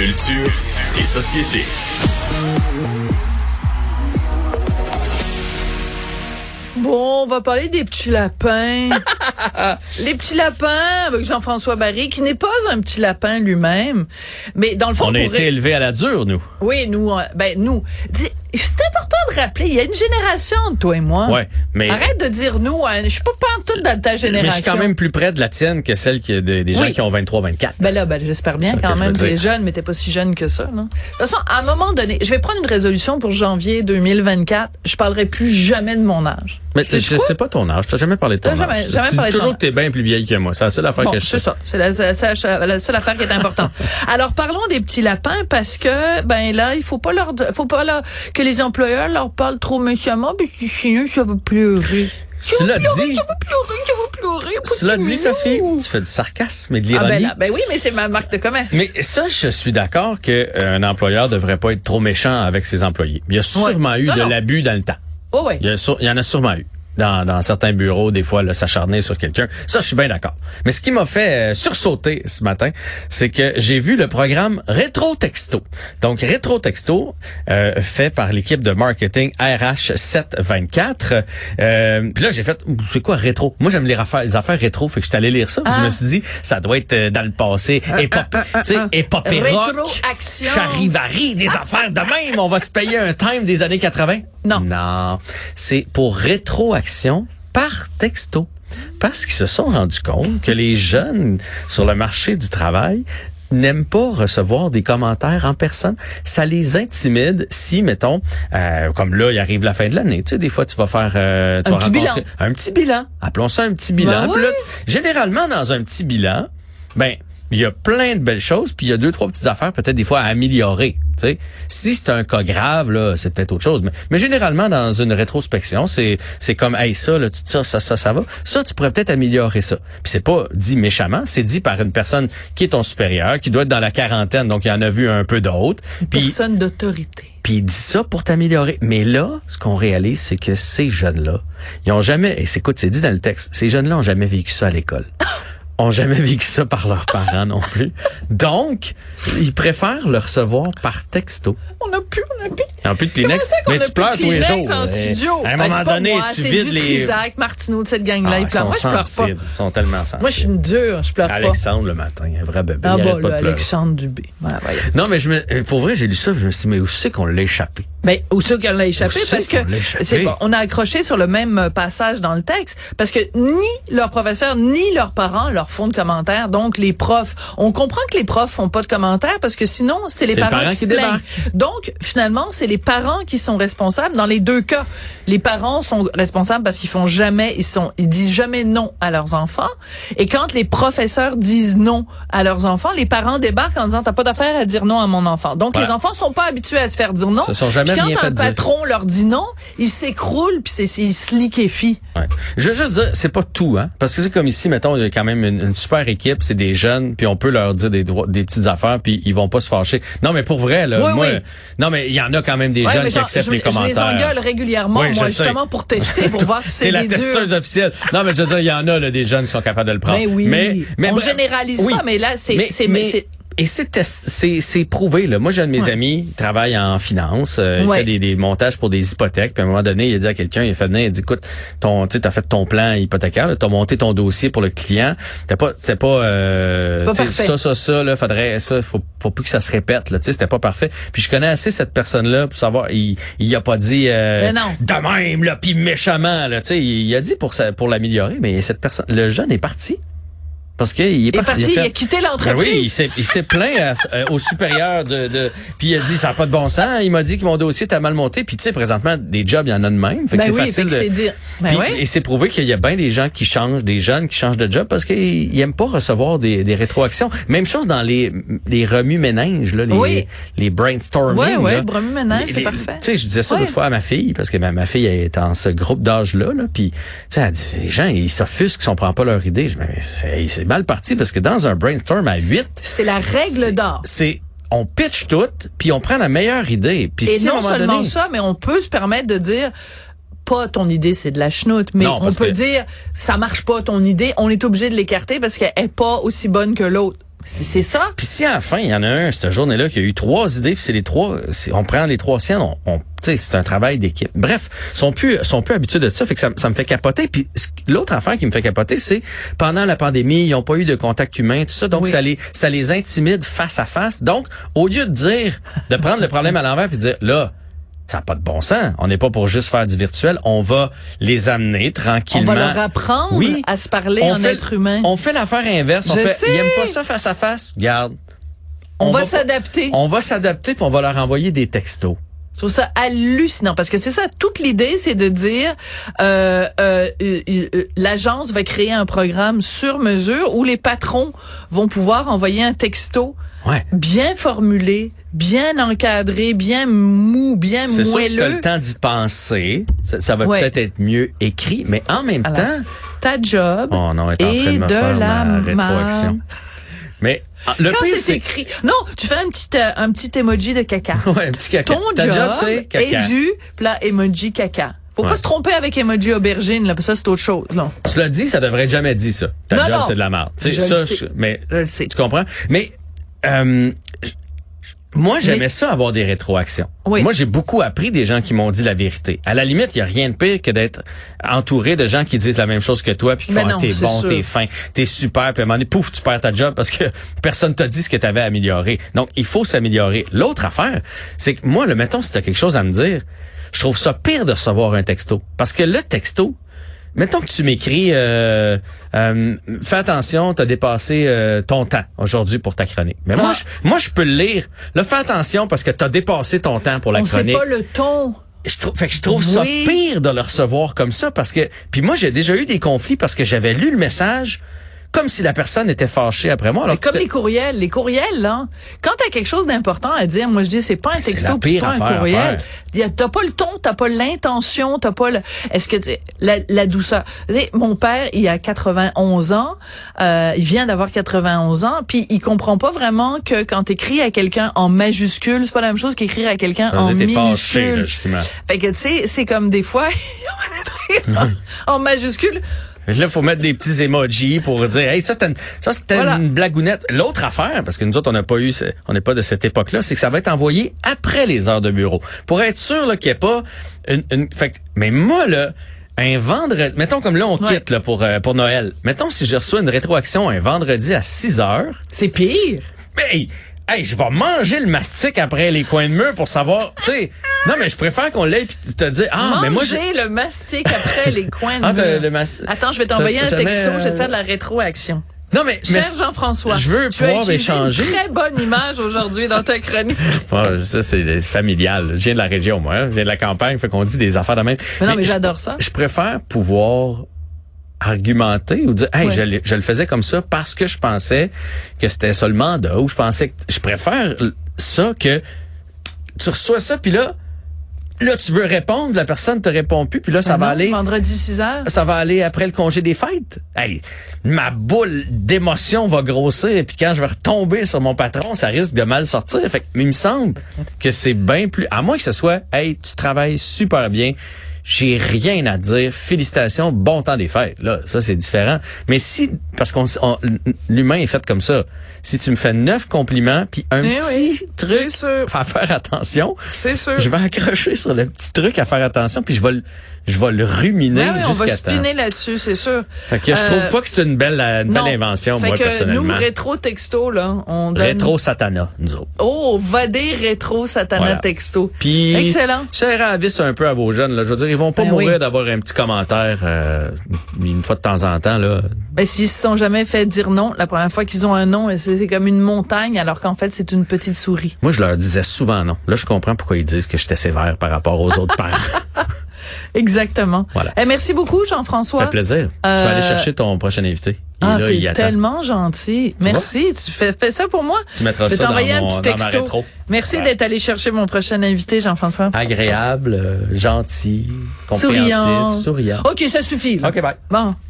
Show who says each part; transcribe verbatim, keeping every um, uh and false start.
Speaker 1: Culture et société.
Speaker 2: Bon, on va parler des petits lapins. Les petits lapins avec Jean-François Barry, qui n'est pas un petit lapin lui-même, mais dans le fond...
Speaker 3: On a
Speaker 2: pour...
Speaker 3: été élevés à la dure, nous.
Speaker 2: Oui, nous, ben nous. Dis, c'est important de rappeler, il y a une génération entre toi et moi.
Speaker 3: Ouais, mais...
Speaker 2: Arrête de dire nous, hein, je suis pas pantoute dans ta génération.
Speaker 3: Mais je suis quand même plus près de la tienne que celle qui, des, des gens
Speaker 2: oui.
Speaker 3: qui ont vingt-trois vingt-quatre.
Speaker 2: Ben là, ben j'espère bien quand même. Tu es jeune, mais t'es pas si jeune que ça. Là. De toute façon, à un moment donné, je vais prendre une résolution pour janvier deux mille vingt-quatre. Je parlerai plus jamais de mon âge.
Speaker 3: Mais je, je sais pas ton âge. T'as jamais parlé de ton
Speaker 2: T'as
Speaker 3: âge.
Speaker 2: Jamais, jamais
Speaker 3: tu
Speaker 2: parlé
Speaker 3: dis
Speaker 2: de ton
Speaker 3: toujours que t'es bien plus vieille que moi. C'est la seule affaire
Speaker 2: bon,
Speaker 3: que je sais.
Speaker 2: C'est ça. C'est la, la, la, la seule affaire qui est importante. Alors, parlons des petits lapins parce que, ben là, il faut pas leur, faut pas leur, que les employeurs leur parlent trop méchamment, parce que sinon, ça va pleurer.
Speaker 3: Cela dit,
Speaker 2: ça va pleurer, ça va pleurer.
Speaker 3: Cela dit, Sophie, tu fais du sarcasme et de l'ironie.
Speaker 2: Ah ben, là, ben oui, mais c'est ma marque de commerce.
Speaker 3: Mais ça, je suis d'accord que euh, un employeur devrait pas être trop méchant avec ses employés. Il y a sûrement ouais. eu non, de non. l'abus dans le temps.
Speaker 2: Oh oui.
Speaker 3: Il y, a, il y en a sûrement eu. Dans, dans certains bureaux, des fois, là, s'acharner sur quelqu'un. Ça, je suis bien d'accord. Mais ce qui m'a fait euh, sursauter ce matin, c'est que j'ai vu le programme Rétro Texto. Donc, Rétro Texto, euh, fait par l'équipe de marketing R H sept vingt-quatre. Euh, puis là, j'ai fait, c'est quoi rétro? Moi, j'aime les affaires, les affaires rétro, fait que je suis allé lire ça. Ah. Je me suis dit, ça doit être euh, dans le passé. Épop, tu sais, épopée rock, charivari, des ah. affaires de même. On va se payer un time des années quatre-vingts.
Speaker 2: Non.
Speaker 3: Non. C'est pour rétro action par texto. Parce qu'ils se sont rendus compte que les jeunes sur le marché du travail n'aiment pas recevoir des commentaires en personne. Ça les intimide si, mettons, euh, comme là, il arrive la fin de l'année. Tu sais, des fois, tu vas faire... Euh, tu
Speaker 2: un
Speaker 3: vas
Speaker 2: petit bilan.
Speaker 3: Un petit bilan. Appelons ça un petit bilan.
Speaker 2: Ben oui.
Speaker 3: Là, généralement, dans un petit bilan, ben... il y a plein de belles choses, puis il y a deux, trois petites affaires peut-être des fois à améliorer. Tu sais, si c'est un cas grave, là, c'est peut-être autre chose. Mais, mais généralement, dans une rétrospection, c'est c'est comme, hey, ça, là, tu ça, ça, ça, ça va. Ça, tu pourrais peut-être améliorer ça. Puis c'est pas dit méchamment, c'est dit par une personne qui est ton supérieur, qui doit être dans la quarantaine, donc il en a vu un peu d'autres.
Speaker 2: Une
Speaker 3: puis,
Speaker 2: personne d'autorité.
Speaker 3: Puis il dit ça pour t'améliorer. Mais là, ce qu'on réalise, c'est que ces jeunes-là, ils ont jamais, et c'est écoute, c'est dit dans le texte, ces jeunes-là ont jamais vécu ça à l'école. ont jamais vécu ça par leurs parents non plus. Donc, ils préfèrent le recevoir par texto.
Speaker 2: On n'a plus, on n'a plus.
Speaker 3: On n'a plus de Kleenex, mais tu pleures tous les jours.
Speaker 2: En studio.
Speaker 3: À un moment
Speaker 2: ben,
Speaker 3: donné,
Speaker 2: moi,
Speaker 3: tu
Speaker 2: c'est
Speaker 3: vides
Speaker 2: du
Speaker 3: les...
Speaker 2: Trisac, Martineau, de cette gang-là,
Speaker 3: ah,
Speaker 2: ils pleurent. Moi, je pleure pas.
Speaker 3: Ils sont tellement sensibles.
Speaker 2: Moi, je suis une dure, je pleure pas.
Speaker 3: Alexandre, le matin, un vrai bébé.
Speaker 2: Ah bah,
Speaker 3: pas
Speaker 2: là, Alexandre Dubé. Ouais, ouais.
Speaker 3: Non, mais je me, pour vrai, j'ai lu ça, je me suis dit, mais où c'est qu'on l'a échappé?
Speaker 2: Ben, où c'est qu'on l'a échappé? Où parce que, c'est bon, on a accroché sur le même passage dans le texte, parce que ni leurs professeurs, ni leurs parents leur font de commentaires, donc les profs. On comprend que les profs font pas de commentaires, parce que sinon, c'est les, parents, parents qui se plaignent. Donc, finalement, c'est les parents qui sont responsables dans les deux cas. Les parents sont responsables parce qu'ils font jamais, ils sont, ils disent jamais non à leurs enfants. Et quand les professeurs disent non à leurs enfants, les parents débarquent en disant, t'as pas d'affaire à dire non à mon enfant. Donc, voilà. Les enfants sont pas habitués à se faire dire non.
Speaker 3: Se sont jamais
Speaker 2: puis quand
Speaker 3: bien
Speaker 2: un
Speaker 3: fait
Speaker 2: patron
Speaker 3: dire.
Speaker 2: leur dit non, ils s'écroulent puis c'est, c'est, ils se liquéfient.
Speaker 3: Ouais. Je veux juste dire, c'est pas tout, hein. Parce que c'est comme ici, mettons, il y a quand même une, une super équipe, c'est des jeunes, puis on peut leur dire des droits, des petites affaires, puis ils vont pas se fâcher. Non, mais pour vrai, là,
Speaker 2: oui,
Speaker 3: moi,
Speaker 2: oui.
Speaker 3: non, mais il y en a quand même des
Speaker 2: ouais,
Speaker 3: jeunes qui
Speaker 2: genre,
Speaker 3: acceptent
Speaker 2: je,
Speaker 3: les commentaires.
Speaker 2: Je les engueule régulièrement,
Speaker 3: oui,
Speaker 2: moi, justement, pour tester, pour voir si c'est
Speaker 3: la
Speaker 2: des
Speaker 3: testeuse
Speaker 2: durs.
Speaker 3: officielle. Non, mais je veux dire, il y en a, là, des jeunes qui sont capables de le prendre.
Speaker 2: Mais oui.
Speaker 3: Mais, mais
Speaker 2: on
Speaker 3: ben,
Speaker 2: généralise
Speaker 3: oui.
Speaker 2: pas, mais là, c'est,
Speaker 3: mais,
Speaker 2: c'est,
Speaker 3: mais,
Speaker 2: c'est
Speaker 3: Et c'est, test, c'est, c'est prouvé, là. Moi, j'ai un de mes ouais. amis, il travaille en finance, euh,
Speaker 2: ouais.
Speaker 3: il fait des, des montages pour des hypothèques, puis à un moment donné, il a dit à quelqu'un, il a fait venir, il a dit, écoute, ton, tu sais, t'as fait ton plan hypothécaire, là, t'as monté ton dossier pour le client, t'as pas, t'as pas, euh,
Speaker 2: pas
Speaker 3: ça, ça, ça, là, faudrait, ça, faut, faut plus que ça se répète, là, tu sais, c'était pas parfait. Puis je connais assez cette personne-là pour savoir, il, il a pas dit, euh, de même, là, puis méchamment, là, tu sais, il, il a dit pour ça, pour l'améliorer, mais cette personne, le jeune est parti. Parce qu'il est,
Speaker 2: il est
Speaker 3: parti,
Speaker 2: parti, il a, fait, il a quitté l'entreprise.
Speaker 3: Ben oui, il s'est, il s'est plaint à, euh, au supérieur de, de, puis il a dit ça n'a pas de bon sens. Il m'a dit que mon dossier était mal monté. Puis tu sais, présentement, des jobs, il y en a de même. Fait que
Speaker 2: ben
Speaker 3: c'est
Speaker 2: oui,
Speaker 3: facile.
Speaker 2: Fait que
Speaker 3: de,
Speaker 2: c'est dire. Ben
Speaker 3: puis,
Speaker 2: ouais.
Speaker 3: Et c'est prouvé qu'il y a bien des gens qui changent, des jeunes qui changent de job parce qu'ils aiment pas recevoir des, des rétroactions. Même chose dans les, les remue-ménages, là, les, oui. les brainstorming.
Speaker 2: Oui, oui,
Speaker 3: les,
Speaker 2: remue-ménage, c'est
Speaker 3: les,
Speaker 2: parfait.
Speaker 3: Tu sais, je disais ça
Speaker 2: ouais.
Speaker 3: l'autre fois à ma fille parce que ma, ma fille est dans ce groupe d'âge-là. Là, puis tu sais, elle dit, les gens, ils s'offusquent si on prend pas leur idée. Je me dis, c'est, c'est mal parti parce que dans un brainstorm à huit,
Speaker 2: c'est la règle d'or.
Speaker 3: C'est on pitch tout, puis on prend la meilleure idée. Puis
Speaker 2: et
Speaker 3: si
Speaker 2: non seulement
Speaker 3: donné,
Speaker 2: ça, mais on peut se permettre de dire pas ton idée c'est de la chenoute, mais
Speaker 3: non,
Speaker 2: on peut
Speaker 3: que...
Speaker 2: dire ça marche pas ton idée, on est obligé de l'écarter parce qu'elle est pas aussi bonne que l'autre. C'est, c'est ça.
Speaker 3: Puis si à la fin, il y en a un, cette journée-là, qui a eu trois idées, puis c'est les trois, c'est, on prend les trois siennes, on, on tu sais, c'est un travail d'équipe. Bref, sont plus, sont plus habitués de ça, fait que ça, ça me fait capoter. Puis l'autre affaire qui me fait capoter, c'est pendant la pandémie, ils n'ont pas eu de contact humain, tout ça, donc oui. ça les, ça les intimide face à face. Donc, au lieu de dire, de prendre le problème à l'envers puis de dire, là, ça n'a pas de bon sens. On n'est pas pour juste faire du virtuel. On va les amener tranquillement.
Speaker 2: On va leur apprendre oui, à se parler en fait, être humain.
Speaker 3: On fait l'affaire inverse. On
Speaker 2: Je
Speaker 3: fait,
Speaker 2: sais.
Speaker 3: ils n'aiment pas ça face à face. Garde.
Speaker 2: On, on va, va s'adapter.
Speaker 3: On va s'adapter puis on va leur envoyer des textos.
Speaker 2: Je trouve ça hallucinant parce que c'est ça, toute l'idée, c'est de dire euh, euh, euh, euh, l'agence va créer un programme sur mesure où les patrons vont pouvoir envoyer un texto
Speaker 3: ouais.
Speaker 2: bien formulé, bien encadré, bien mou, bien
Speaker 3: c'est
Speaker 2: moelleux.
Speaker 3: C'est sûr que tu as le temps d'y penser. Ça, ça va ouais. peut-être être mieux écrit, mais en même
Speaker 2: Alors,
Speaker 3: temps...
Speaker 2: ta job
Speaker 3: oh non, est en train
Speaker 2: et
Speaker 3: de, me
Speaker 2: de
Speaker 3: faire
Speaker 2: la
Speaker 3: ma rétroaction. Mais le
Speaker 2: quand
Speaker 3: pire,
Speaker 2: c'est, c'est écrit, non, tu fais un petit euh, un petit emoji de caca.
Speaker 3: Ouais, un petit caca.
Speaker 2: Ton
Speaker 3: Ta
Speaker 2: job,
Speaker 3: job c'est caca.
Speaker 2: est du plat emoji caca. Faut ouais. pas se tromper avec emoji aubergine là, parce que ça c'est autre chose, non.
Speaker 3: Cela dit, ça devrait être jamais dit ça. Ta
Speaker 2: non,
Speaker 3: job
Speaker 2: non.
Speaker 3: c'est de la merde. Tu sais
Speaker 2: je
Speaker 3: ça,
Speaker 2: le sais.
Speaker 3: Je, mais
Speaker 2: je le sais.
Speaker 3: Tu comprends? Mais euh, moi, j'aimais mais... ça avoir des rétroactions.
Speaker 2: Oui.
Speaker 3: Moi, j'ai beaucoup appris des gens qui m'ont dit la vérité. À la limite, il y a rien de pire que d'être entouré de gens qui disent la même chose que toi puis qui font
Speaker 2: non,
Speaker 3: ah, t'es bon,
Speaker 2: sûr.
Speaker 3: t'es fin, t'es super, puis à un moment donné, pouf, tu perds ta job parce que personne t'a dit ce que t'avais amélioré. Donc, il faut s'améliorer. L'autre affaire, c'est que moi, le mettons, si t'as quelque chose à me dire, je trouve ça pire de recevoir un texto. Parce que le texto, mettons que tu m'écris euh, euh, fais attention, t'as dépassé euh, ton temps aujourd'hui pour ta chronique. Mais ah. moi, je, moi, je peux le lire. Là, fais attention parce que t'as dépassé ton temps pour la
Speaker 2: On
Speaker 3: chronique.
Speaker 2: On sait pas le ton.
Speaker 3: Je trouve, fait que je trouve
Speaker 2: oui.
Speaker 3: ça pire de le recevoir comme ça parce que, puis moi, j'ai déjà eu des conflits parce que j'avais lu le message comme si la personne était fâchée après moi. Alors
Speaker 2: comme les courriels, les courriels là. Quand t'as quelque chose d'important à dire, moi je dis c'est pas un texto, c'est, c'est pas un courriel. Y a, t'as pas le ton, t'as pas l'intention, t'as pas le. Est-ce que la, la douceur. Tu sais, mon père, il a quatre-vingt-onze ans, euh, il vient d'avoir quatre-vingt-onze ans, puis il comprend pas vraiment que quand t'écris à quelqu'un en majuscule, c'est pas la même chose qu'écrire à quelqu'un
Speaker 3: ça
Speaker 2: en minuscule.
Speaker 3: Fâché,
Speaker 2: fait que tu sais, c'est comme des fois en majuscule.
Speaker 3: Là, il faut mettre des petits emojis pour dire, hey, ça, c'était une, ça, c'était voilà. une blagounette. L'autre affaire, parce que nous autres, on n'a pas eu, on n'est pas de cette époque-là, c'est que ça va être envoyé après les heures de bureau. Pour être sûr, là, qu'il n'y ait pas une, une, fait que, mais moi, là, un vendredi, mettons comme là, on quitte, ouais. là, pour, euh, pour Noël. Mettons si je reçois une rétroaction un vendredi à six heures.
Speaker 2: C'est pire.
Speaker 3: Mais, hey, je vais manger le mastic après les coins de mur pour savoir, tu sais. Non, mais je préfère qu'on l'aille puis te dire, ah,
Speaker 2: manger
Speaker 3: mais moi.
Speaker 2: Manger le mastic après les coins de
Speaker 3: ah,
Speaker 2: mur.
Speaker 3: Le mast...
Speaker 2: Attends, je vais t'envoyer un
Speaker 3: jamais...
Speaker 2: texto, je vais te faire de la rétroaction.
Speaker 3: Non, mais.
Speaker 2: Cher
Speaker 3: mais
Speaker 2: Jean-François.
Speaker 3: Je veux
Speaker 2: tu
Speaker 3: pouvoir
Speaker 2: as
Speaker 3: échanger.
Speaker 2: Une très bonne image aujourd'hui dans ta chronique.
Speaker 3: Bon, ça, c'est familial. Je viens de la région, moi. Hein. Je viens de la campagne, fait qu'on dit des affaires de même.
Speaker 2: Mais non, mais, mais
Speaker 3: j'adore
Speaker 2: ça.
Speaker 3: Je préfère pouvoir argumenter ou dire hey, ouais. je, je le faisais comme ça parce que je pensais que c'était ça le mandat ou je pensais que je préfère ça que tu reçois ça puis là là tu veux répondre, la personne te répond plus puis là ça
Speaker 2: ah
Speaker 3: va
Speaker 2: non,
Speaker 3: aller
Speaker 2: vendredi six heures.
Speaker 3: Ça va aller après le congé des fêtes. Hey, ma boule d'émotion va grossir et puis quand je vais retomber sur mon patron, ça risque de mal sortir. Fait que il me semble que c'est bien plus à moins que ce soit hey, tu travailles super bien. J'ai rien à dire. Félicitations, bon temps des fêtes. Là, ça, c'est différent. Mais si, parce qu'on, on, l'humain est fait comme ça. Si tu me fais neuf compliments puis un
Speaker 2: eh
Speaker 3: petit
Speaker 2: oui,
Speaker 3: truc à faire attention.
Speaker 2: C'est sûr.
Speaker 3: Je vais accrocher sur le petit truc à faire attention puis je vais le, je vais le ruminer
Speaker 2: ben oui,
Speaker 3: jusqu'à temps.
Speaker 2: On va spinner là-dessus, c'est sûr.
Speaker 3: Fait que je euh, trouve pas que c'est une belle, une
Speaker 2: non.
Speaker 3: belle invention,
Speaker 2: fait
Speaker 3: moi,
Speaker 2: que
Speaker 3: personnellement.
Speaker 2: Nous, rétro texto, là, on donne...
Speaker 3: Rétro satana, nous autres.
Speaker 2: Oh, va des rétro satana voilà. texto.
Speaker 3: Puis,
Speaker 2: excellent.
Speaker 3: Ça ira à vis un peu à vos jeunes, là. Je veux dire, ils vont pas
Speaker 2: ben
Speaker 3: mourir
Speaker 2: oui.
Speaker 3: d'avoir un petit commentaire, euh, une fois de temps en temps, là.
Speaker 2: Ben, s'ils se sont jamais fait dire non, la première fois qu'ils ont un non, c'est, c'est comme une montagne, alors qu'en fait, c'est une petite souris.
Speaker 3: Moi, je leur disais souvent non. Là, je comprends pourquoi ils disent que j'étais sévère par rapport aux autres parents.
Speaker 2: Exactement.
Speaker 3: Voilà.
Speaker 2: Eh, merci beaucoup, Jean-François.
Speaker 3: Ça fait plaisir. Euh... Je vais aller chercher ton prochain invité. Il
Speaker 2: ah,
Speaker 3: là,
Speaker 2: t'es
Speaker 3: il
Speaker 2: tellement gentil. Tu merci. Tu fais, fais ça pour moi.
Speaker 3: Tu mettras ça dans, mon, un petit texto. Dans ma rétro.
Speaker 2: Merci
Speaker 3: ouais.
Speaker 2: d'être allé chercher mon prochain invité, Jean-François.
Speaker 3: Agréable, euh, gentil, compréhensif,
Speaker 2: souriant.
Speaker 3: souriant.
Speaker 2: OK, ça suffit. Là.
Speaker 3: OK, bye.
Speaker 2: Bon.